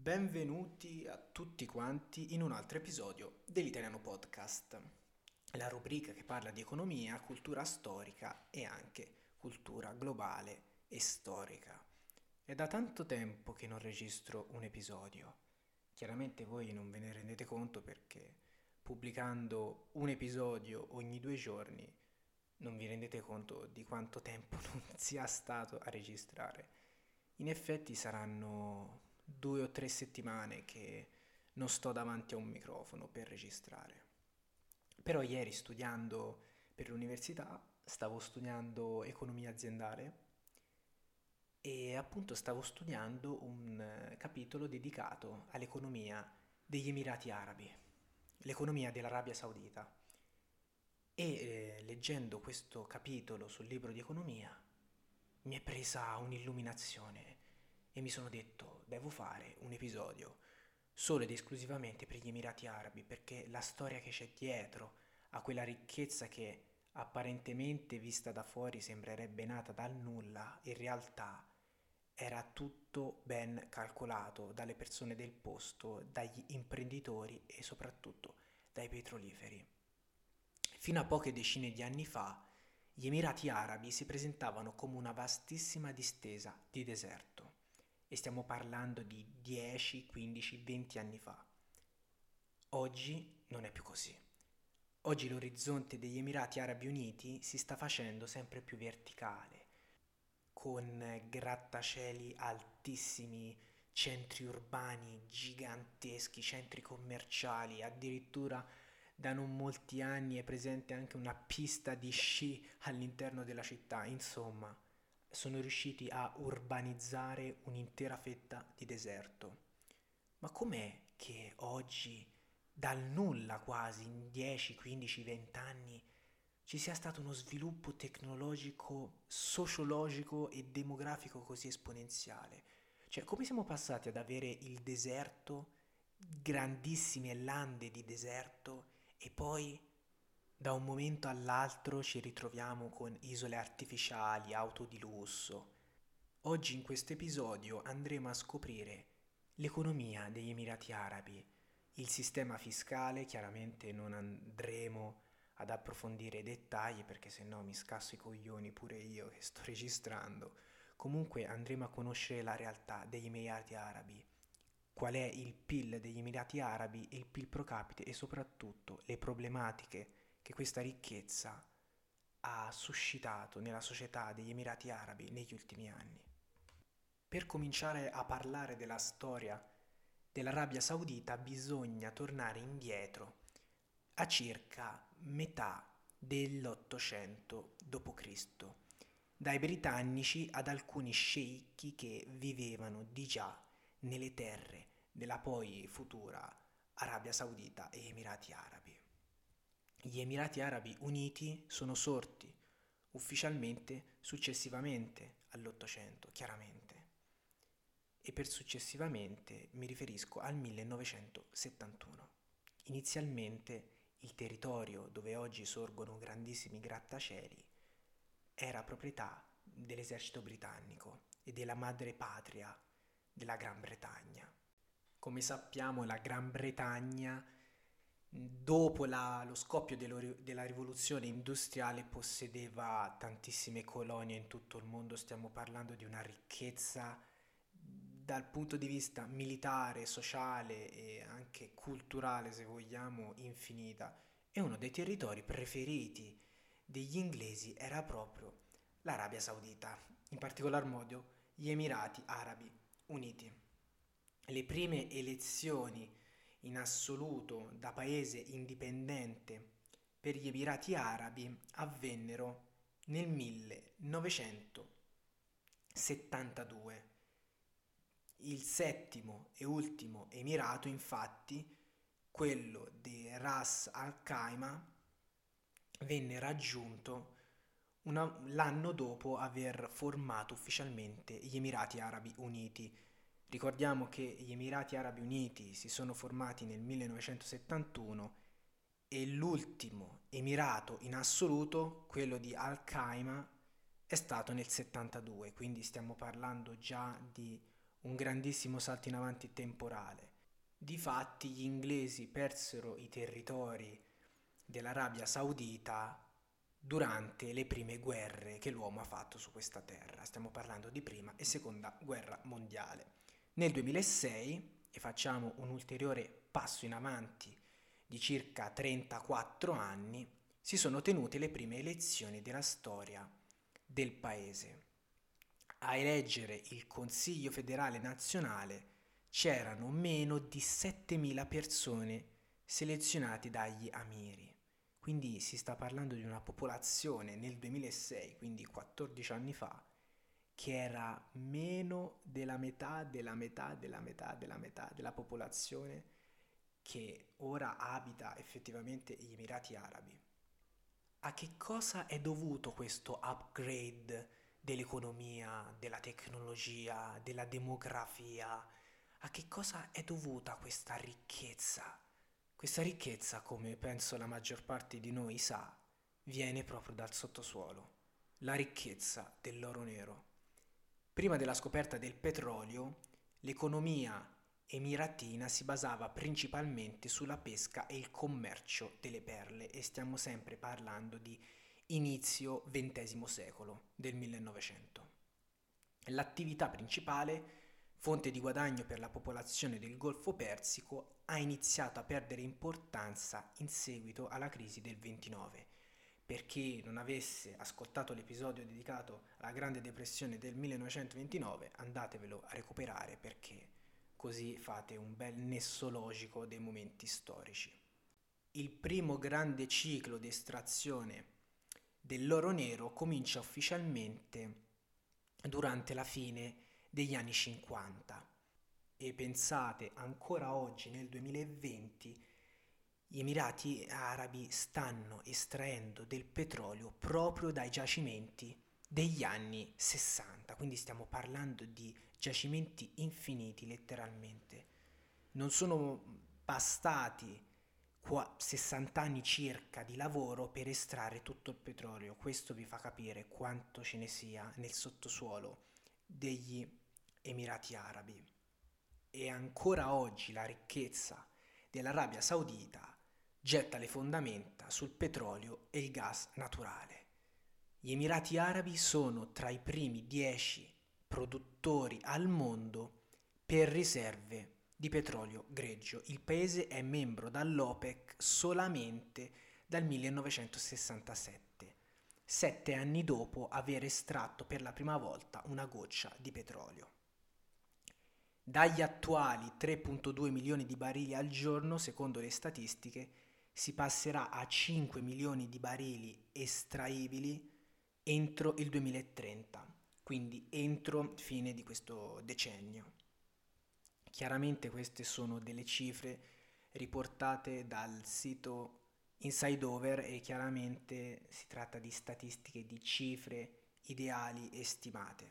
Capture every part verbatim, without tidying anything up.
Benvenuti a tutti quanti in un altro episodio dell'Italiano Podcast, la rubrica che parla di economia, cultura storica e anche cultura globale e storica. È da tanto tempo che non registro un episodio. Chiaramente voi non ve ne rendete conto perché pubblicando un episodio ogni due giorni non vi rendete conto di quanto tempo non sia stato a registrare. In effetti saranno due o tre settimane che non sto davanti a un microfono per registrare. Però ieri studiando per l'università stavo studiando economia aziendale e appunto stavo studiando un eh, capitolo dedicato all'economia degli Emirati Arabi, l'economia dell'Arabia Saudita. E eh, leggendo questo capitolo sul libro di economia mi è presa un'illuminazione e mi sono detto devo fare un episodio solo ed esclusivamente per gli Emirati Arabi perché la storia che c'è dietro a quella ricchezza che apparentemente vista da fuori sembrerebbe nata dal nulla, in realtà era tutto ben calcolato dalle persone del posto, dagli imprenditori e soprattutto dai petroliferi. Fino a poche decine di anni fa, gli Emirati Arabi si presentavano come una vastissima distesa di deserto e stiamo parlando di dieci, quindici, venti anni fa. Oggi non è più così. Oggi l'orizzonte degli Emirati Arabi Uniti si sta facendo sempre più verticale, con grattacieli altissimi, centri urbani giganteschi, centri commerciali, addirittura da non molti anni è presente anche una pista di sci all'interno della città. Insomma, sono riusciti a urbanizzare un'intera fetta di deserto. Ma com'è che oggi, dal nulla quasi, in dieci, quindici, venti anni, ci sia stato uno sviluppo tecnologico, sociologico e demografico così esponenziale? Cioè, come siamo passati ad avere il deserto, grandissime lande di deserto, e poi da un momento all'altro ci ritroviamo con isole artificiali, auto di lusso? Oggi in questo episodio andremo a scoprire l'economia degli Emirati Arabi, il sistema fiscale. Chiaramente non andremo ad approfondire i dettagli perché sennò mi scasso i coglioni pure io che sto registrando. Comunque andremo a conoscere la realtà degli Emirati Arabi, qual è il P I L degli Emirati Arabi e il P I L pro capite e soprattutto le problematiche che questa ricchezza ha suscitato nella società degli Emirati Arabi negli ultimi anni. Per cominciare a parlare della storia dell'Arabia Saudita bisogna tornare indietro a circa metà dell'Ottocento dopo Cristo, dai britannici ad alcuni sceicchi che vivevano di già nelle terre della poi futura Arabia Saudita e Emirati Arabi. Gli Emirati Arabi Uniti sono sorti ufficialmente successivamente all'Ottocento, chiaramente, e per successivamente mi riferisco al millenovecentosettantuno. Inizialmente il territorio dove oggi sorgono grandissimi grattacieli era proprietà dell'esercito britannico e della madrepatria della Gran Bretagna. Come sappiamo, la Gran Bretagna, dopo la- lo scoppio dello- della rivoluzione industriale, possedeva tantissime colonie in tutto il mondo. Stiamo parlando di una ricchezza dal punto di vista militare, sociale e anche culturale, se vogliamo, infinita. E uno dei territori preferiti degli inglesi era proprio l'Arabia Saudita, in particolar modo gli Emirati Arabi Uniti. Le prime elezioni in assoluto da paese indipendente per gli Emirati Arabi avvennero nel millenovecentosettantadue. Il settimo e ultimo emirato, infatti, quello di Ras Al Khaimah, venne raggiunto una- l'anno dopo aver formato ufficialmente gli Emirati Arabi Uniti. Ricordiamo che gli Emirati Arabi Uniti si sono formati nel millenovecentosettantuno e l'ultimo emirato in assoluto, quello di Al Khaimah, è stato nel settantadue, quindi stiamo parlando già di un grandissimo salto in avanti temporale. Difatti gli inglesi persero i territori dell'Arabia Saudita durante le prime guerre che l'uomo ha fatto su questa terra. Stiamo parlando di prima e seconda guerra mondiale. Nel duemilasei, e facciamo un ulteriore passo in avanti di circa trentaquattro anni, si sono tenute le prime elezioni della storia del paese. A eleggere il Consiglio federale nazionale c'erano meno di settemila persone selezionate dagli amiri. Quindi si sta parlando di una popolazione nel duemilasei, quindi quattordici anni fa, che era meno della metà della metà della metà della metà della popolazione che ora abita effettivamente gli Emirati Arabi. A che cosa è dovuto questo upgrade dell'economia, della tecnologia, della demografia? A che cosa è dovuta questa ricchezza? Questa ricchezza, come penso la maggior parte di noi sa, viene proprio dal sottosuolo, la ricchezza dell'oro nero. Prima della scoperta del petrolio, l'economia emiratina si basava principalmente sulla pesca e il commercio delle perle, e stiamo sempre parlando di inizio ventesimo secolo, del millenovecento. L'attività principale, fonte di guadagno per la popolazione del Golfo Persico, ha iniziato a perdere importanza in seguito alla crisi del ventinove. Per chi non avesse ascoltato l'episodio dedicato alla Grande Depressione del millenovecentoventinove, andatevelo a recuperare, perché così fate un bel nesso logico dei momenti storici. Il primo grande ciclo di estrazione dell'oro nero comincia ufficialmente durante la fine degli anni cinquanta, e pensate, ancora oggi nel duemilaventi gli Emirati Arabi stanno estraendo del petrolio proprio dai giacimenti degli anni sessanta, quindi stiamo parlando di giacimenti infiniti letteralmente. Non sono bastati qua sessanta anni circa di lavoro per estrarre tutto il petrolio. Questo vi fa capire quanto ce ne sia nel sottosuolo degli Emirati Arabi. E ancora oggi la ricchezza dell'Arabia Saudita getta le fondamenta sul petrolio e il gas naturale. Gli Emirati Arabi sono tra i primi dieci produttori al mondo per riserve di petrolio greggio. Il paese è membro dall'OPEC solamente dal millenovecentosessantasette, sette anni dopo aver estratto per la prima volta una goccia di petrolio. Dagli attuali tre virgola due milioni di barili al giorno, secondo le statistiche, si passerà a cinque milioni di barili estraibili entro il duemilatrenta, quindi entro fine di questo decennio. Chiaramente queste sono delle cifre riportate dal sito Inside Over, e chiaramente si tratta di statistiche di cifre ideali e stimate.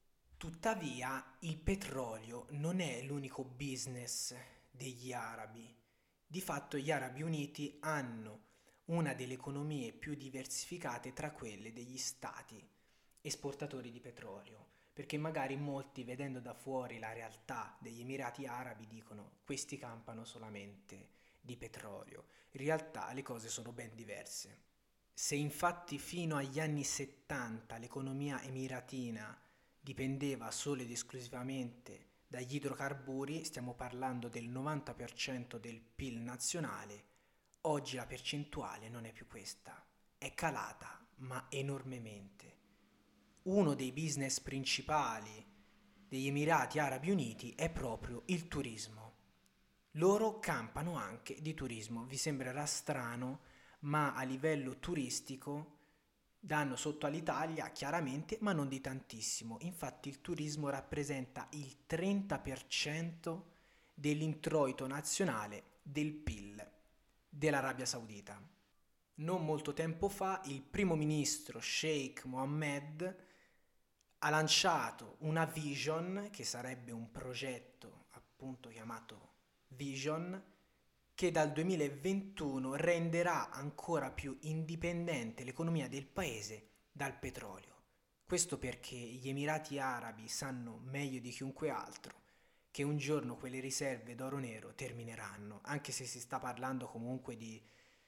Tuttavia, il petrolio non è l'unico business degli arabi. Di fatto gli Arabi Uniti hanno una delle economie più diversificate tra quelle degli stati esportatori di petrolio, perché magari molti, vedendo da fuori la realtà degli Emirati Arabi, dicono: questi campano solamente di petrolio. In realtà le cose sono ben diverse. Se infatti fino agli anni settanta l'economia emiratina dipendeva solo ed esclusivamente dagli idrocarburi, stiamo parlando del novanta per cento del P I L nazionale, oggi la percentuale non è più questa, è calata, ma enormemente. Uno dei business principali degli Emirati Arabi Uniti è proprio il turismo. Loro campano anche di turismo. Vi sembrerà strano, ma a livello turistico danno sotto all'Italia chiaramente, ma non di tantissimo. Infatti il turismo rappresenta il trenta per cento dell'introito nazionale del P I L dell'Arabia Saudita. Non molto tempo fa il primo ministro Sheikh Mohammed ha lanciato una vision, che sarebbe un progetto appunto chiamato Vision, che dal duemilaventuno renderà ancora più indipendente l'economia del paese dal petrolio. Questo perché gli Emirati Arabi sanno meglio di chiunque altro che un giorno quelle riserve d'oro nero termineranno, anche se si sta parlando comunque di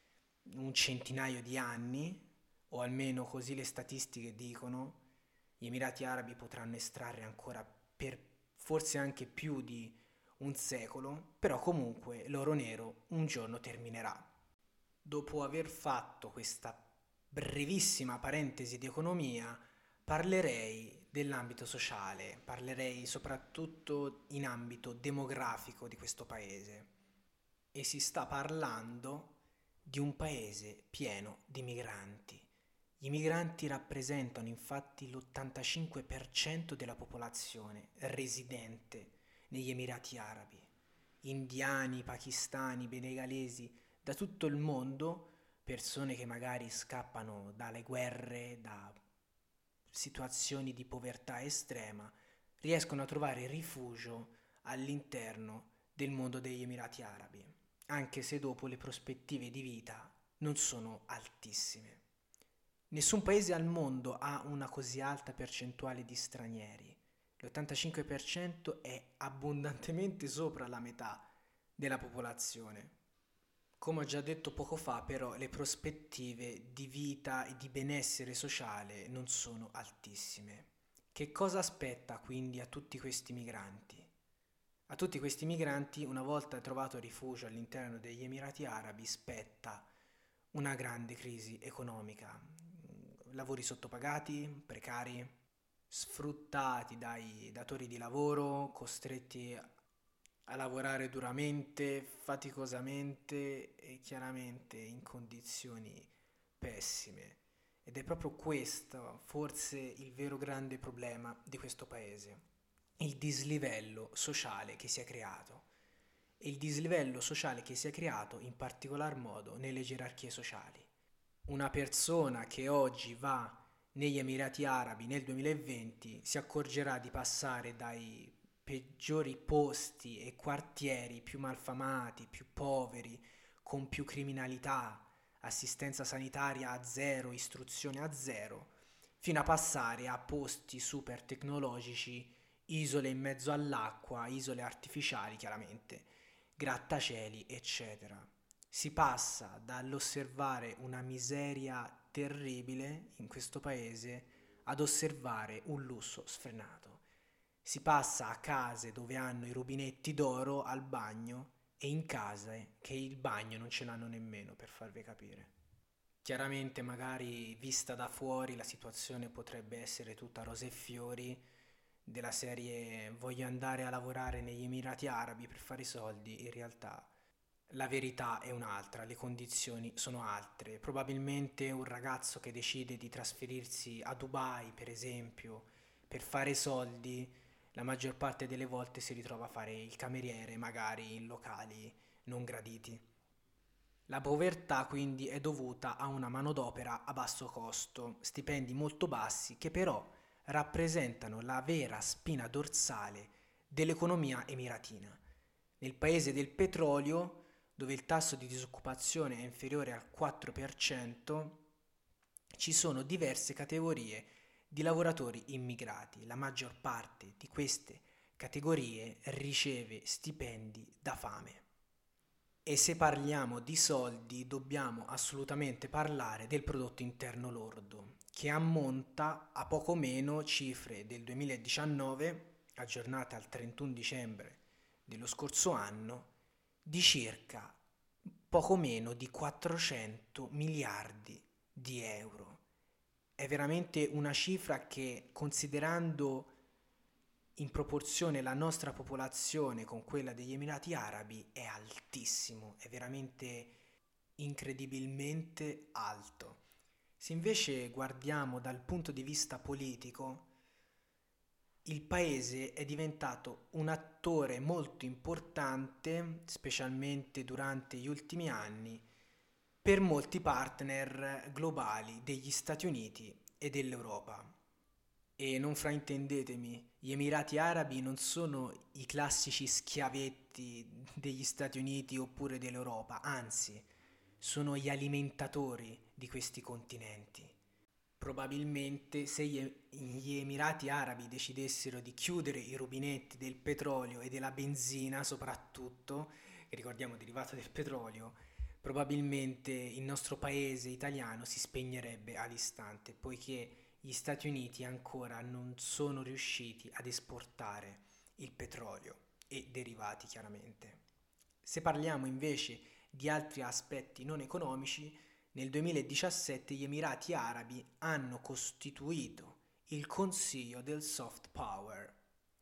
un centinaio di anni, o almeno così le statistiche dicono. Gli Emirati Arabi potranno estrarre ancora per forse anche più di un secolo, però comunque l'oro nero un giorno terminerà. Dopo aver fatto questa brevissima parentesi di economia, parlerei dell'ambito sociale, parlerei soprattutto in ambito demografico di questo paese. E si sta parlando di un paese pieno di migranti. I migranti rappresentano infatti l'ottantacinque per cento della popolazione residente negli Emirati Arabi. Indiani, pakistani, benegalesi, da tutto il mondo, persone che magari scappano dalle guerre, da situazioni di povertà estrema, riescono a trovare rifugio all'interno del mondo degli Emirati Arabi, anche se dopo le prospettive di vita non sono altissime. Nessun paese al mondo ha una così alta percentuale di stranieri. L'ottantacinque per cento è abbondantemente sopra la metà della popolazione. Come ho già detto poco fa, però, le prospettive di vita e di benessere sociale non sono altissime. Che cosa aspetta quindi a tutti questi migranti? A tutti questi migranti, una volta trovato rifugio all'interno degli Emirati Arabi, spetta una grande crisi economica. Lavori sottopagati, precari, sfruttati dai datori di lavoro, costretti a lavorare duramente, faticosamente e chiaramente in condizioni pessime. Ed è proprio questo forse il vero grande problema di questo paese, il dislivello sociale che si è creato. E il dislivello sociale che si è creato in particolar modo nelle gerarchie sociali. Una persona che oggi va negli Emirati Arabi nel duemilaventi si accorgerà di passare dai peggiori posti e quartieri più malfamati, più poveri, con più criminalità, assistenza sanitaria a zero, istruzione a zero, fino a passare a posti super tecnologici, isole in mezzo all'acqua, isole artificiali chiaramente, grattacieli, eccetera. Si passa dall'osservare una miseria terribile in questo paese ad osservare un lusso sfrenato. Si passa a case dove hanno i rubinetti d'oro al bagno e in case che il bagno non ce l'hanno nemmeno, per farvi capire. Chiaramente magari vista da fuori la situazione potrebbe essere tutta rose e fiori, della serie voglio andare a lavorare negli Emirati Arabi per fare i soldi. In realtà la verità è un'altra, le condizioni sono altre. Probabilmente un ragazzo che decide di trasferirsi a Dubai, per esempio, per fare soldi, la maggior parte delle volte si ritrova a fare il cameriere, magari in locali non graditi. La povertà quindi è dovuta a una manodopera a basso costo, stipendi molto bassi che però rappresentano la vera spina dorsale dell'economia emiratina. Nel paese del petrolio, dove il tasso di disoccupazione è inferiore al quattro per cento, ci sono diverse categorie di lavoratori immigrati. La maggior parte di queste categorie riceve stipendi da fame. E se parliamo di soldi, dobbiamo assolutamente parlare del prodotto interno lordo, che ammonta a poco meno cifre del duemiladiciannove, aggiornate al trentuno dicembre dello scorso anno, di circa poco meno di quattrocento miliardi di euro. È veramente una cifra che, considerando in proporzione la nostra popolazione con quella degli Emirati Arabi, è altissimo, è veramente incredibilmente alto. Se invece guardiamo dal punto di vista politico, il paese è diventato un attore molto importante, specialmente durante gli ultimi anni, per molti partner globali degli Stati Uniti e dell'Europa. E non fraintendetemi, gli Emirati Arabi non sono i classici schiavetti degli Stati Uniti oppure dell'Europa, anzi, sono gli alimentatori di questi continenti. probabilmente se gli Emirati Arabi decidessero di chiudere i rubinetti del petrolio e della benzina soprattutto, che ricordiamo derivato del petrolio, probabilmente il nostro paese italiano si spegnerebbe all'istante, poiché gli Stati Uniti ancora non sono riusciti ad esportare il petrolio e derivati chiaramente. Se parliamo invece di altri aspetti non economici, nel duemiladiciassette gli Emirati Arabi hanno costituito il Consiglio del Soft Power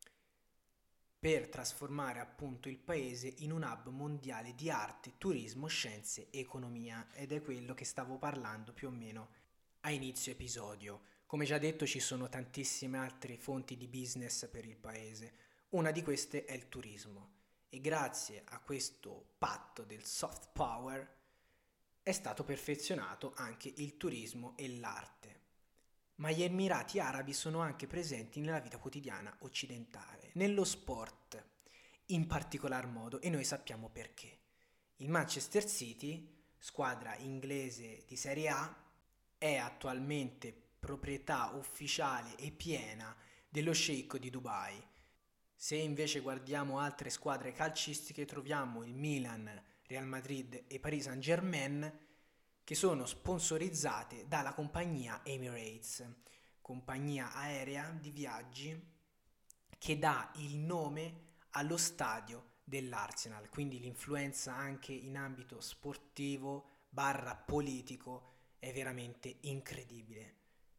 per trasformare appunto il paese in un hub mondiale di arte, turismo, scienze e economia, ed è quello che stavo parlando più o meno a inizio episodio. Come già detto, ci sono tantissime altre fonti di business per il paese. Una di queste è il turismo e grazie a questo patto del soft power è stato perfezionato anche il turismo e l'arte. Ma gli Emirati Arabi sono anche presenti nella vita quotidiana occidentale, nello sport in particolar modo, e noi sappiamo perché. Il Manchester City, squadra inglese di Serie A, è attualmente proprietà ufficiale e piena dello sceicco di Dubai. Se invece guardiamo altre squadre calcistiche troviamo il Milan, Real Madrid e Paris Saint-Germain, che sono sponsorizzate dalla compagnia Emirates, compagnia aerea di viaggi che dà il nome allo stadio dell'Arsenal, quindi l'influenza anche in ambito sportivo barra politico è veramente incredibile.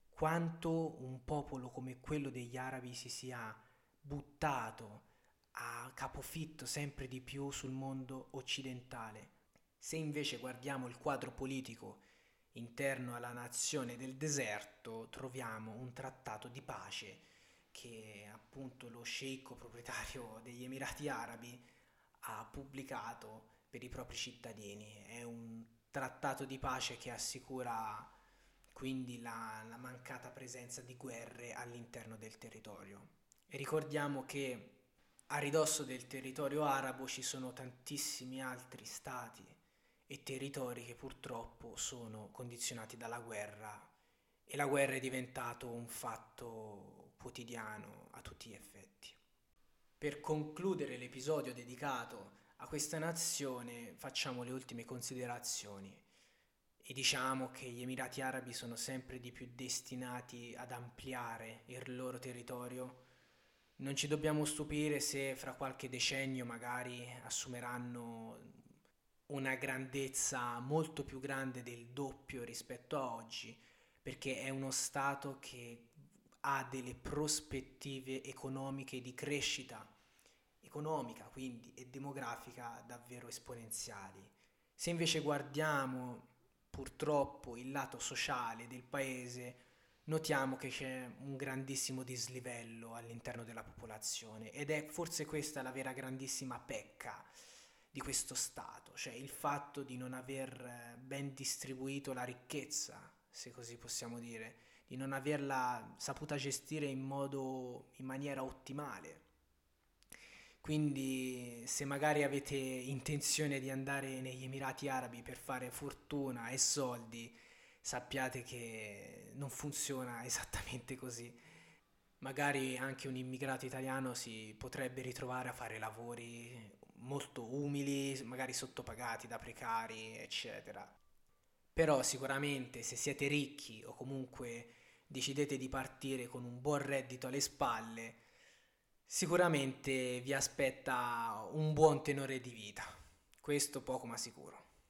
Quanto un popolo come quello degli arabi si sia buttato a capofitto sempre di più sul mondo occidentale. Se invece guardiamo il quadro politico interno alla nazione del deserto, troviamo un trattato di pace che appunto lo sceicco proprietario degli Emirati Arabi ha pubblicato per i propri cittadini. È un trattato di pace che assicura quindi la, la mancata presenza di guerre all'interno del territorio. E ricordiamo che a ridosso del territorio arabo ci sono tantissimi altri stati e territori che purtroppo sono condizionati dalla guerra, e la guerra è diventato un fatto quotidiano a tutti gli effetti. Per concludere l'episodio dedicato a questa nazione facciamo le ultime considerazioni e diciamo che gli Emirati Arabi sono sempre di più destinati ad ampliare il loro territorio. Non ci dobbiamo stupire se fra qualche decennio magari assumeranno una grandezza molto più grande del doppio rispetto a oggi, perché è uno stato che ha delle prospettive economiche di crescita economica, quindi, e demografica davvero esponenziali. Se invece guardiamo purtroppo il lato sociale del paese, notiamo che c'è un grandissimo dislivello all'interno della popolazione, ed è forse questa la vera grandissima pecca di questo Stato, cioè il fatto di non aver ben distribuito la ricchezza, se così possiamo dire, di non averla saputa gestire in modo, in maniera ottimale. Quindi se magari avete intenzione di andare negli Emirati Arabi per fare fortuna e soldi, sappiate che non funziona esattamente così. Magari anche un immigrato italiano si potrebbe ritrovare a fare lavori molto umili, magari sottopagati da precari, eccetera. Però sicuramente se siete ricchi o comunque decidete di partire con un buon reddito alle spalle, sicuramente vi aspetta un buon tenore di vita. Questo poco ma sicuro.